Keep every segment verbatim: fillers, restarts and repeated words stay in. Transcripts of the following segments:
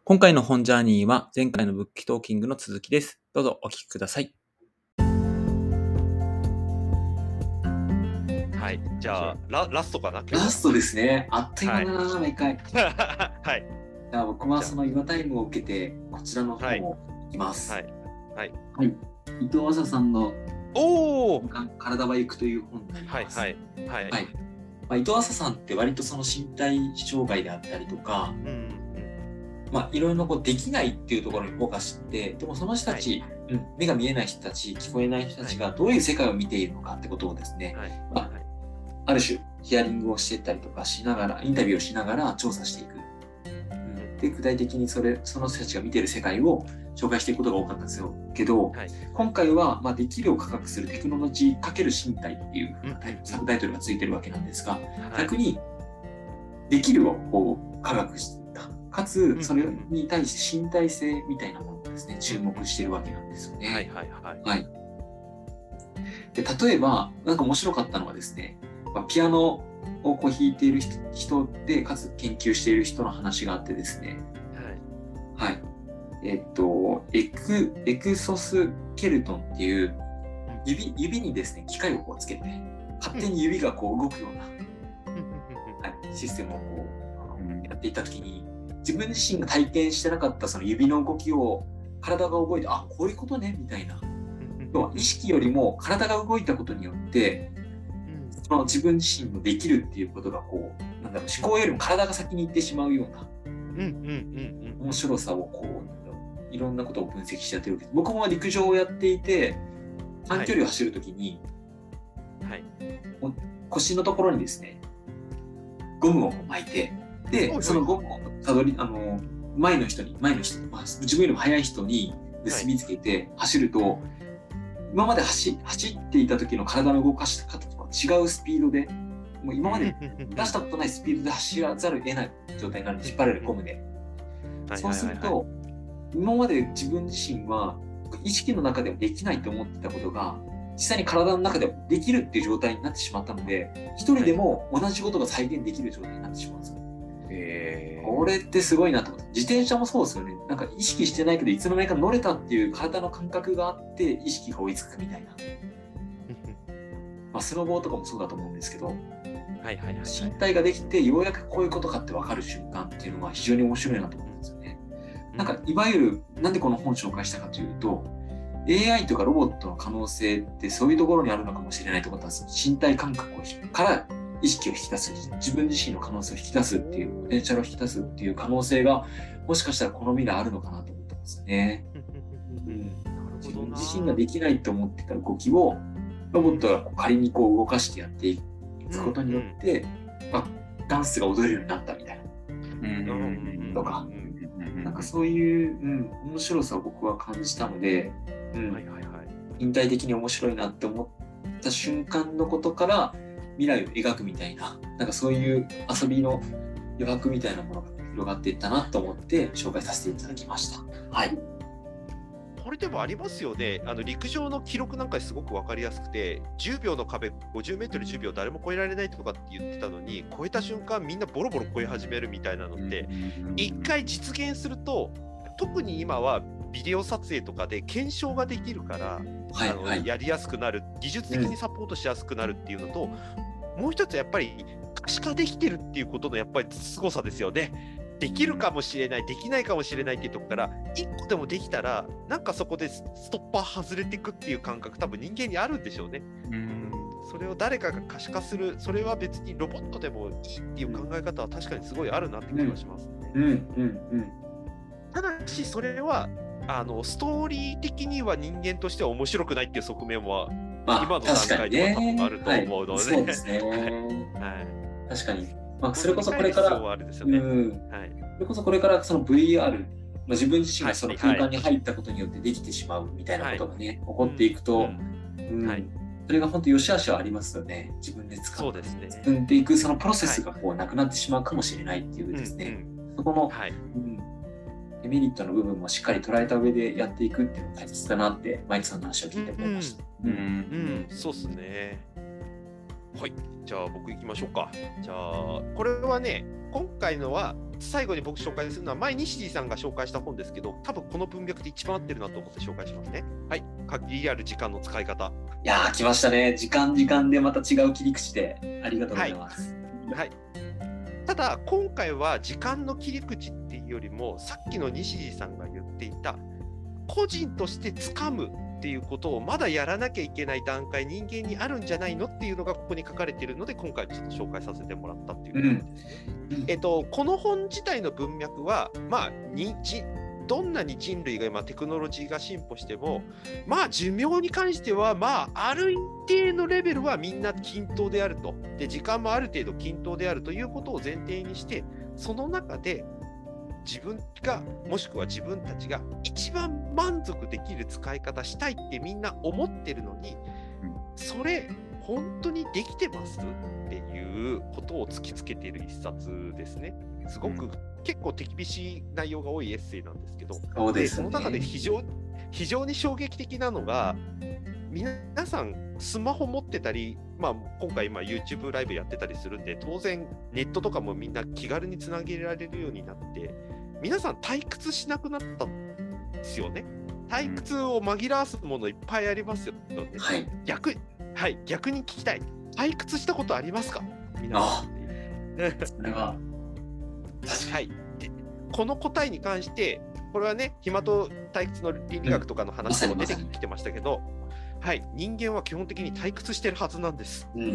今回の本ジャーニーは前回のブックトーキングの続きです。どうぞお聞きください。 はい、じゃあララストかな。 ラストですね。あっという間だな、 は毎回。 はい。 じゃあ僕はその岩タイムを受けてこちらの方はいをいきます。 はいはいはい。伊藤麻さんのおお。 体は行くという本になります。 はいはいはい。 はい。まあ、伊藤麻さんって割とその身体障害であったりとか、 うんうんまあいろいろこうできないっていうところにフォーカスして、でもその人たち、うん、目が見えない人たち、聞こえない人たちがどういう世界を見ているのかってことをですね、 はいまあ、ある種ヒアリングをしていったりとかしながら、インタビューをしながら調査していく。うん、で具体的にそれその人たちが見ている世界を紹介していくことが多かったんですよ。けど、はい、今回は、まあ、できるを科学するテクノロジー×身体っていうサブタイトルがついてるわけなんですが、はい、逆にできるをこう科学した。かつ、それに対して身体性みたいなものをですね、注目しているわけなんですよね。 はいはいはい。 はい。で、例えば、なんか面白かったのはですね、まあ、ピアノをこう弾いている人で、かつ研究している人の話があってですね、はい。はい。えっと、エク、エクソスケルトンっていう指、指にですね、機械をこうつけて、勝手に指がこう動くような、はい、システムをこうやっていったときに、自分自身が体験してなかったその指の動きを体が動いて、あ、こういうことねみたいな。要は意識よりも体が動いたことによって、その自分自身のできるっていうことがこう、なんだろう、思考よりも体が先に行ってしまうような面白さをこう、いろんなことを分析しちゃってるわけです。僕も陸上をやっていて、短距離を走るときに、はい、腰のところにですね、ゴムを巻いて、で、そのゴムをたどり、あの、前の人に、前の人、まあ、自分よりも速い人に結びつけて走ると、はい、今まで 走, 走っていた時の体の動かし方とか違うスピードで、もう今まで出したことないスピードで走らざるを得ない状態になるんで、引っ張られるゴムで。そうすると、今まで自分自身は意識の中でもできないと思ってたことが、実際に体の中でもできるっていう状態になってしまったので、一人でも同じことが再現できる状態になってしまうんですよ。えー、これってすごいなと思って。自転車もそうですよね。なんか意識してないけどいつの間にか乗れたっていう体の感覚があって意識が追いつくみたいな。まあスノボーとかもそうだと思うんですけど、はいはいはいはい、身体ができてようやくこういうことかって分かる瞬間っていうのは非常に面白いなと思うんですよね。なんかいわゆるなんでこの本を紹介したかというと、エーアイ とかロボットの可能性ってそういうところにあるのかもしれないと思ったんですよ。身体感覚をから意識を引き出す、自分自身の可能性を引き出すっていう、ポテンシャルを引き出すっていう可能性が、もしかしたらこの未来あるのかなと思ったんですね。うん、自分自身ができないと思ってた動きを、ロボットが仮にこう動かしてやっていくことによって、うん、あ、ダンスが踊れるようになったみたいな。うん、とか、なんかそういう、うん、面白さを僕は感じたので、うん、はいはいはい、引体的に面白いなって思った瞬間のことから、未来を描くみたいな、なんかそういう遊びの余白みたいなものが広がっていったなと思って紹介させていただきました。はい。 これでもありますよね。あの陸上の記録なんかすごく分かりやすくて、じゅうびょうの壁、ごじゅうメートルじゅうびょう誰も超えられないとかって言ってたのに、超えた瞬間みんなボロボロ超え始めるみたいなのって、一回実現すると、特に今はビデオ撮影とかで検証ができるから、はいはい、あのやりやすくなる、技術的にサポートしやすくなるっていうのと、うん、もう一つやっぱり可視化できてるっていうことのやっぱり凄さですよね。できるかもしれない、できないかもしれないっていうところからいっこでもできたら、なんかそこでストッパー外れていくっていう感覚多分人間にあるんでしょうね。うん、それを誰かが可視化する、それは別にロボットでもいいっていう考え方は確かにすごいあるなって気がしますね。 うんうんうん、 ただしそれはあのストーリー的には人間としては面白くないっていう側面は、まあ、今の段階では多分あると思うので、 はい、そうですね、はい、確かに、まあ、それこそこれから、うん、それこそこれからその ブイアール、まあ、自分自身がその空間に入ったことによってできてしまうみたいなことがね、はい、起こっていくと、うんうん、はい、それが本当良し悪しはありますよね。自分で使って進んでいくそのプロセスがこうなくなってしまうかもしれないっていうですね、はい、そこの、はい、うん、デメリットの部分もしっかり捉えた上でやっていくっていうのが大切だなってマイクさんの話を聞いて思いました。 うん、うんうん、そうですね。はい、じゃあ僕行きましょうか。じゃあこれはね、今回のは最後に僕紹介するのは前西地さんが紹介した本ですけど、多分この文脈で一番合ってるなと思って紹介しますね。はい、限りある時間の使い方。 いやー来ましたね。時間時間でまた違う切り口でありがとうございます。 はい、はい、ただ今回は時間の切り口っていうよりも、さっきの西地さんが言っていた個人として掴むっていうことをまだやらなきゃいけない段階、人間にあるんじゃないのっていうのがここに書かれているので、今回ちょっと紹介させてもらったっていうことですね。うん、えっと、この本自体の文脈は、まあ、にじどんなに人類が今テクノロジーが進歩しても、まあ寿命に関しては、まあある一定のレベルはみんな均等であると。で、時間もある程度均等であるということを前提にして、その中で自分がもしくは自分たちが一番満足できる使い方したいってみんな思ってるのに、それ本当にできてますっていうことを突きつけている一冊ですね。すごく、うん、結構手厳しい内容が多いエッセイなんですけど、 そうですね、 でその中で非常非常に衝撃的なのが、皆さんスマホ持ってたり、まあ、今回今 YouTube ライブやってたりするんで、当然ネットとかもみんな気軽につなげられるようになって、皆さん退屈しなくなったんですよね。退屈を紛らわすものいっぱいありますよね。 はい、 逆、はい、逆に聞きたい。退屈したことありますか？皆さん。 それははい。でこの答えに関して、これはね、暇と退屈の倫理学とかの話も出てきてましたけど、はい、人間は基本的に退屈してるはずなんです。うんうん、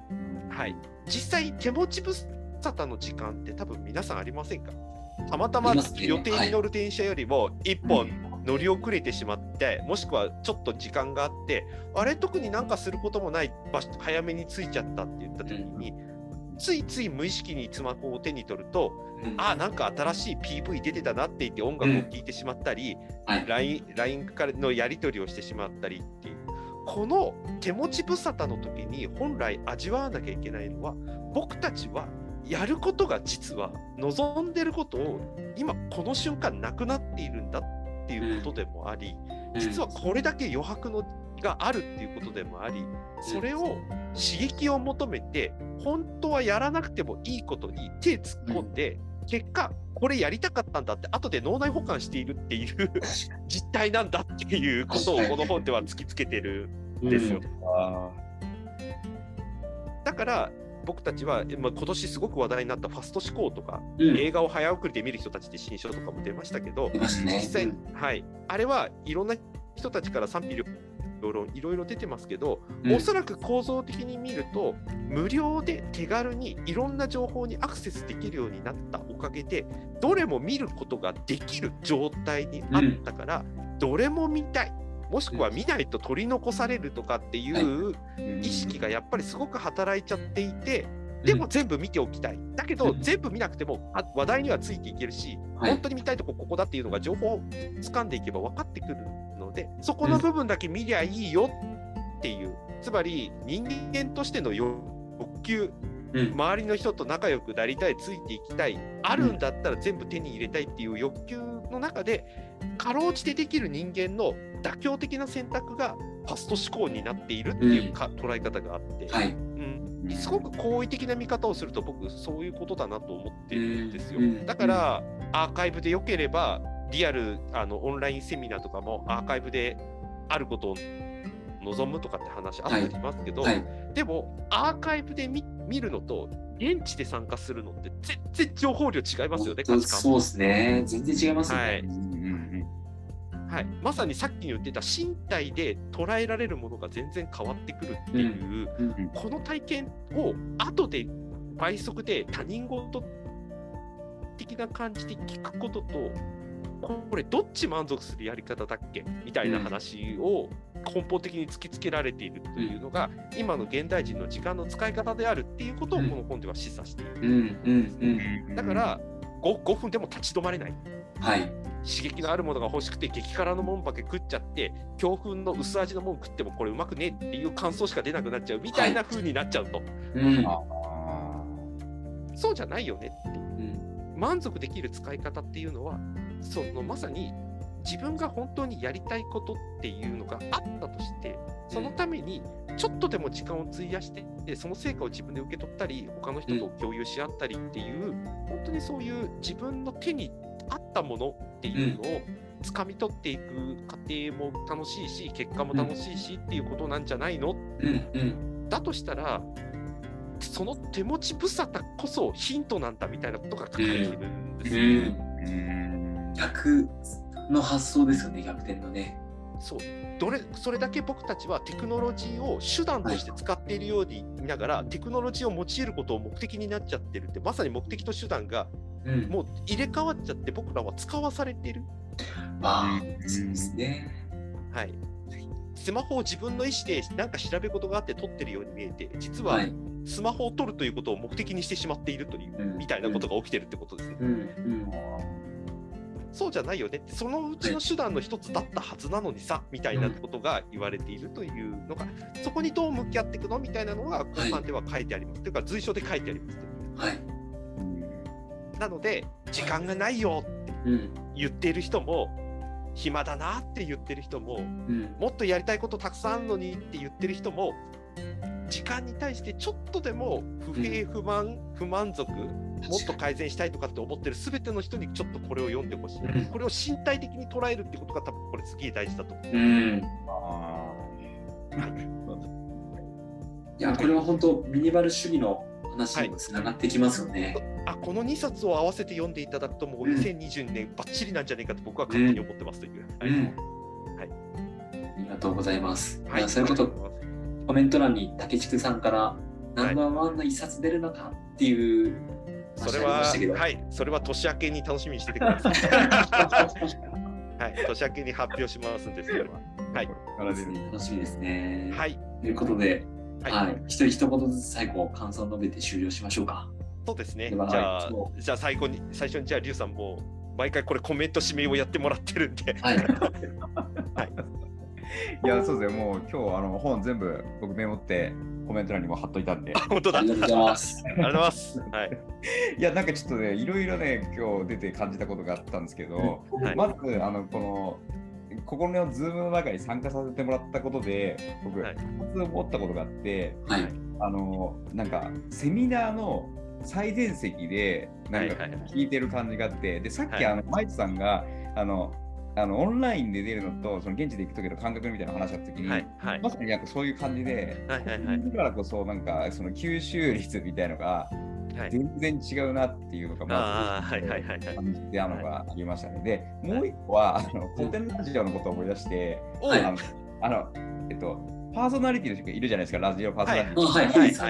はい。実際、手持ち無沙汰の時間って多分皆さんありませんか？たまたま予定に乗る電車よりも一本乗り遅れてしまって、はい、もしくはちょっと時間があって、あれ特になんかすることもない場所、早めに着いちゃったって言った時に、うん、ついつい無意識にスマホを手に取ると、うん、あ、なんか新しい ピーブイ 出てたなって言って音楽を聴いてしまったり、うんはい、ライン、ライン からのやり取りをしてしまったりっていう、この手持ち無沙汰の時に本来味わわなきゃいけないのは、僕たちはやることが実は望んでることを今この瞬間なくなっているんだっていうことでもあり、実はこれだけ余白のがあるっていうことでもあり、それを刺激を求めて本当はやらなくてもいいことに手突っ込んで、結果これやりたかったんだって後で脳内保管しているっていう実態なんだっていうことをこの本では突きつけてるんですよ。うん、だから僕たちは、まあ、今年すごく話題になったファスト思考とか、うん、映画を早送りで見る人たちって新書とかも出ましたけど、 ね、 実際、うんはい、あれはいろんな人たちから賛否両論いろいろ出てますけど、うん、おそらく構造的に見ると無料で手軽にいろんな情報にアクセスできるようになったおかげで、どれも見ることができる状態にあったから、うん、どれも見たい、もしくは見ないと取り残されるとかっていう意識がやっぱりすごく働いちゃっていて、でも全部見ておきたい。だけど全部見なくても話題にはついていけるし、本当に見たいとこここだっていうのが情報を掴んでいけば分かってくるので、そこの部分だけ見りゃいいよっていう、つまり人間としての欲求、周りの人と仲良くなりたい、ついていきたい、あるんだったら全部手に入れたいっていう欲求の中で、かろうじてできる人間の妥協的な選択がファスト思考になっているっていうか、うん、捉え方があって、はいうん、すごく好意的な見方をすると僕そういうことだなと思ってるんですよ。だからアーカイブで良ければリアルあのオンラインセミナーとかもアーカイブであることを望むとかって話あったりしますけど、はいはい、でもアーカイブで 見, 見るのと現地で参加するのって全然情報量違いますよね。価値観そうですね、全然違いますよね。はいはい、まさにさっき言ってた身体で捉えられるものが全然変わってくるっていう、うんうん、この体験を後で倍速で他人事的な感じで聞くことと、これどっち満足するやり方だっけみたいな話を根本的に突きつけられているというのが、うん、今の現代人の時間の使い方であるっていうことをこの本では示唆しているんですね。だから 5, ごふんでも立ち止まれない、はい、刺激のあるものが欲しくて激辛のもんばけ食っちゃって強風の薄味のもん食ってもこれうまくねえっていう感想しか出なくなっちゃうみたいな風になっちゃうと、はいうん、そうじゃないよねっていう、うん、満足できる使い方っていうのはそのまさに自分が本当にやりたいことっていうのがあったとして、 そのためにちょっとでも時間を費やしてその成果を自分で受け取ったり他の人と共有し合ったりっていう、うん、本当にそういう自分の手に合ったものっていうのを掴み取っていく過程も楽しいし結果も楽しいしっていうことなんじゃないの、 うんうん、 だとしたらその手持ち無沙汰こそヒントなんだみたいなことが書かれているんですよ、 うんうん、逆の発想ですよね。逆転のね。 そうどれそれだけ僕たちはテクノロジーを手段として使っているように見ながら、はい、テクノロジーを用いることを目的になっちゃってるってまさに目的と手段がもう入れ替わっちゃって僕らは使わされている、 うん、ああそうですね。 はい、スマホを自分の意思で何か調べ事があって撮ってるように見えて実はスマホを撮るということを目的にしてしまっているという、うん、みたいなことが起きてるってことですね、うんうん、そうじゃないよねってそのうちの手段の一つだったはずなのにさみたいなことが言われているというのがそこにどう向き合っていくのみたいなのが後半では書いてあります、はい、というか随所で書いてあります、はい、なので時間がないよって言っている人も、うん、暇だなって言ってる人も、うん、もっとやりたいことたくさんあるのにって言ってる人も時間に対してちょっとでも不平不満、うん、不満足もっと改善したいとかって思ってる全ての人にちょっとこれを読んでほしい、うん、これを身体的に捉えるってことが多分これすげえ大事だと思う、うん、あいやこれは本当ミニマル主義の話にもつながってきますよね、はい、 あこのにさつを合わせて読んでいただくともうにせんにじゅうにねんバッチリなんじゃないかと僕は勝手に思ってますという、うんはいうんはい、 ありがとうございます、はい、そういうことコメント欄に竹竹さんからナンバーワンの一冊出るのかっていう、 はい、それははいそれは年明けに楽しみにしててくださいはい年明けに発表しますんですけどはい楽しみですねはいということではいはい、一人一言ずつ最後感想を述べて終了しましょうか。 そうですね。じゃあ、じゃあ最後に最初にじゃあリュウさんも毎回これコメント指名をやってもらってるんで。はい。はい、 いやそうですね。もう今日あの本全部僕メモってコメント欄にも貼っといたんで。 本当だ。 ありがとうございます。 ありがとうございます。はい。 いやなんかちょっとねいろいろね今日出て感じたことがあったんですけど、はい、まずあのこの。ここのズームの中に参加させてもらったことで僕、はい、ふつ思ったことがあって、はい、あのなんかセミナーの最前席でなんか聞いてる感じがあって、はいはい、でさっきあの、はい、マイトさんがあのあのオンラインで出るのとその現地で行く時の感覚みたいな話した時に、はいはい、まさになんかそういう感じで、はいはいはい、だからこそなんかその吸収率みたいなのが全然違うなっていうのがまず感じてたのがありましたね。で、もう一個はあの古典ラジオのことを思い出して、あのあのえっとパーソナリティの人がいるじゃないですか、ラジオパーソナリティ。はい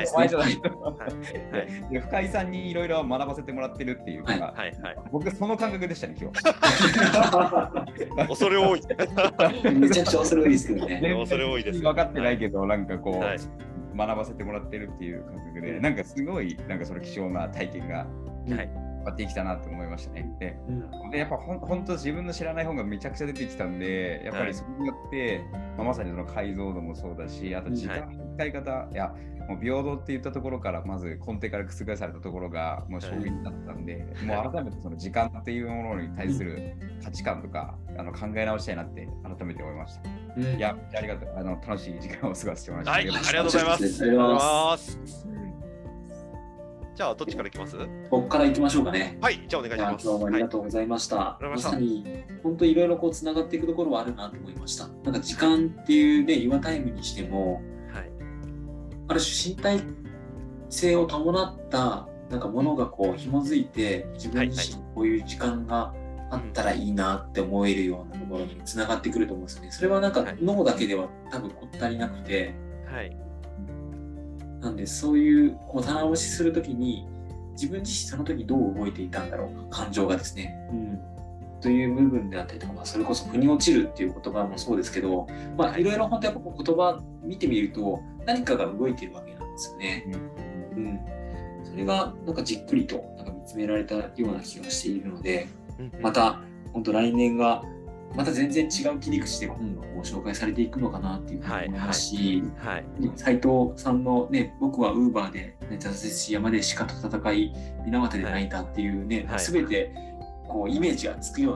はいはい。深井さんにいろいろ学ばせてもらってるっていうか、はいはいはい、僕その感覚でしたね今日。 恐れ多い。 めちゃくちゃ恐れ多いですけどね。 恐れ多いです。 分かってないけど、なんかこう。はい学ばせてもらってるっていう感覚で、なんかすごいなんかその貴重な体験があってきたなと思いましたね。で、うん、でやっぱほん本当自分の知らない本がめちゃくちゃ出てきたんで、やっぱりそれによって、はいまあ、まさにその解像度もそうだし、あと時間の使い方、はい、いやもう平等って言ったところからまず根底から覆されたところがもう衝撃だったんで、はい、もう改めてその時間っていうものに対する価値観とか、うん、あの考え直したいなって改めて思いました。うん、いや、ありがとう。あの楽しい時間を過ごしてもらいました。 はい、ありがとうございます。ありがとうございます。じゃあ、どっちからいきます？ 僕からいきましょうかね。 はい、じゃあお願いします。 今日もありがとうございました。はい、まさに、本当いろいろこうつながっていくところはあるなと思いました。なんか時間っていうね、岩タイムにしても、はい、ある種身体性を伴ったなんかものがこう紐づいて、自分自身こういう時間があったらいいなって思えるようなところにつながってくると思うんですよね。それはなんか脳だけでは多分足りなくて、はい、なんでそういうこう棚卸しするときに自分自身その時どう動いていたんだろうか、感情がですね、うん、という部分であったりとか、まあ、それこそ腑に落ちるっていう言葉もそうですけど、まあいろいろ本当やっぱ言葉見てみると何かが動いているわけなんですよね。うんうん、それがなんかじっくりとなんか見つめられたような気がしているので。また本当来年がまた全然違う切り口で今度ご紹介されていくのかなっていうふうに思いますし、はいはいはい、斉藤さんのね、僕はウーバーで挫折し山で鹿と戦い水俣で泣いたっていうね、はい、全てこうイメージがつくような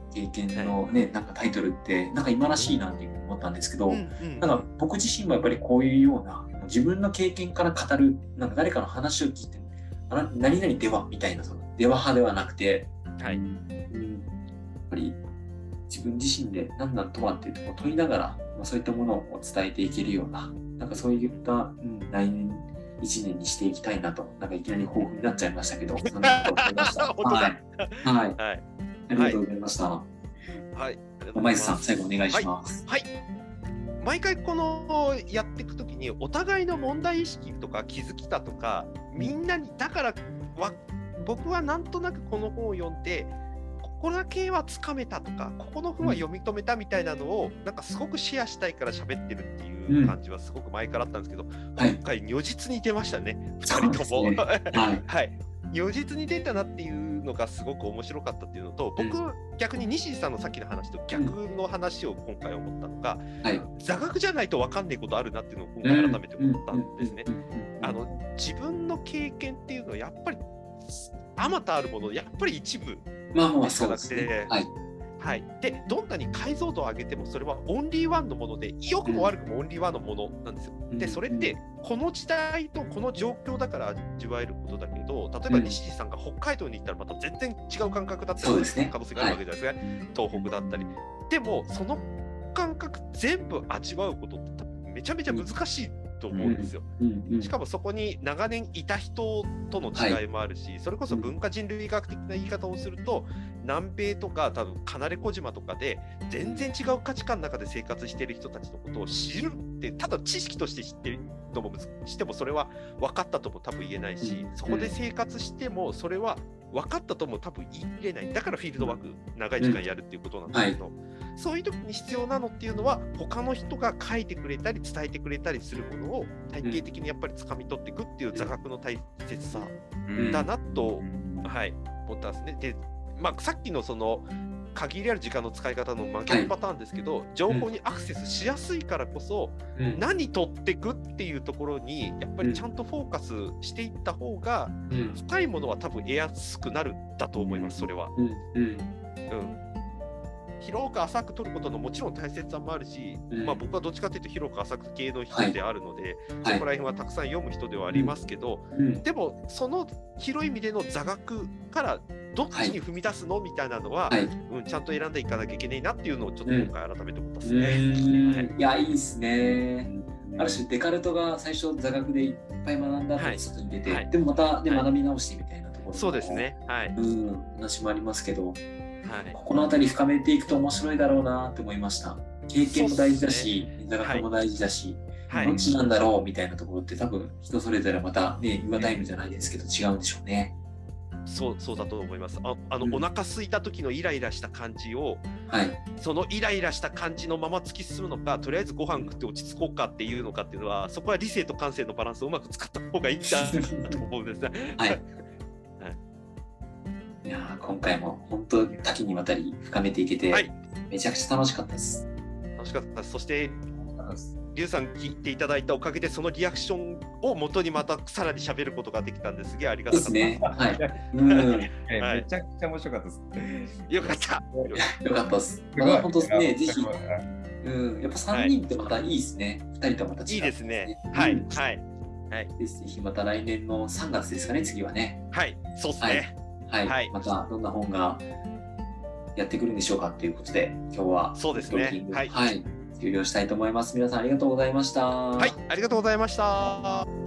経験のね、はい、なんかタイトルってなんか今らしいなって思ったんですけど、うんうん、なんか僕自身もやっぱりこういうような自分の経験から語る、なんか誰かの話を聞いて、あな何々ではみたいな、そのでは派ではなくて、 はい、うん、 やっぱり自分自身で何なんとはっていうところを問いながら、まあ、そういったものを伝えていけるような、なんかそういった、うん、来年いちねんにしていきたいなと、なんかいきなり抱負になっちゃいましたけど、そんなこと思いました。はい、はい、はい、ありがとうございました。はい、前津さん、最後お願いします。 はい、はい、毎回このやっていくときにお互いの問題意識とか気づきたとか、みんなにだからわ僕はなんとなくこの本を読んでここだけはつかめたとか、ここの本は読み止めたみたいなのをなんかすごくシェアしたいから喋ってるっていう感じはすごく前からあったんですけど、うん、今回如実に出ましたね、はい、ふたりとも、ね、はいはい、如実に出たなっていうのがすごく面白かったっていうのと、僕、うん、逆に西さんのさっきの話と逆の話を今回思ったのが、うん、はい、座学じゃないと分かんないことあるなっていうのを今回改めて思ったんですね。あの自分の経験っていうのはやっぱりあまたあるもの、やっぱり一部でしかなくて、はいはい、でどんなに解像度を上げてもそれはオンリーワンのもので、良くも悪くもオンリーワンのものなんですよ。でそれってこの時代とこの状況だから味わえることだけど、例えば西地さんが北海道に行ったらまた全然違う感覚だったりする可能性があるわけじゃないですか、はい、東北だったり。でもその感覚全部味わうことってめちゃめちゃ難しいと思うんですよ。しかもそこに長年いた人との違いもあるし、はい、それこそ文化人類学的な言い方をすると、南米とか多分離れ小島とかで全然違う価値観の中で生活している人たちのことを知るって、ただ知識として知ってるのもしてもそれは分かったとも多分言えないし、そこで生活してもそれは分かったとも多分言い切れない。だからフィールドワーク長い時間やるっていうことなんですけど、はい、そういう時に必要なのっていうのは他の人が書いてくれたり伝えてくれたりするものを体系的にやっぱり掴み取っていくっていう座学の大切さだなと、うん、はい思ったんですね。で、まあ、さっきのその限りある時間の使い方の真逆パターンですけど、はい、情報にアクセスしやすいからこそ、うん、何取ってくっていうところにやっぱりちゃんとフォーカスしていった方が、うん、深いものは多分得やすくなるんだと思います。それは、うんうんうん、広く浅く取ることのもちろん大切さもあるし、うん、まあ、僕はどっちかというと広く浅く系の人であるので、はい、そこら辺はたくさん読む人ではありますけど、うん、でもその広い意味での座学からどっちに踏み出すの、はい、みたいなのは、はい、うん、ちゃんと選んでいかなきゃいけないなっていうのをちょっと今回改めて思ったですね。 うんはい、いや、いいですね。ある種デカルトが最初座学でいっぱい学んだ後に外に出て、はい、でもまたで学び直してみたいなところ、はい、 そうですね、はい、 うん、話もありますけど、はい、このあたり深めていくと面白いだろうなって思いました。経験も大事だし、ね、座学も大事だし、はい、どっちなんだろうみたいなところって多分人それぞれまたね、今タイムじゃないですけど違うんでしょうね。 そう、そうだと思います。あ、あの、うん、お腹空いた時のイライラした感じを、 はい、 そのイライラした感じのまま突き進むのか、とりあえずご飯食って落ち着こうかっていうのかっていうのは、そこは理性と感性のバランスをうまく使った方がいいんだと思うんですね。はい。はい、 いや今回も本当多岐にわたり深めていけて、はい、めちゃくちゃ楽しかったです。 楽しかったです。そして、リュウさん聞いていただいたおかげでそのリアクションを元にまたさらに喋ることができたんですげえありがたかったですね。はい。うん、 めちゃくちゃ面白かったです。 よかった。 よかったです。まだ本当ね、ぜひ、うん、やっぱさんにんってまたいいですね。ふたりとまた違う、 いいですね。はい、はい、 はい。ぜひまた来年のさんがつですかね、次はね。 はい、そうですね。 はい、はい、またどんな本がやってくるんでしょうかということで、今日はそうですね。はい。 はい、終了したいと思います。皆さんありがとうございました。 はい、ありがとうございました。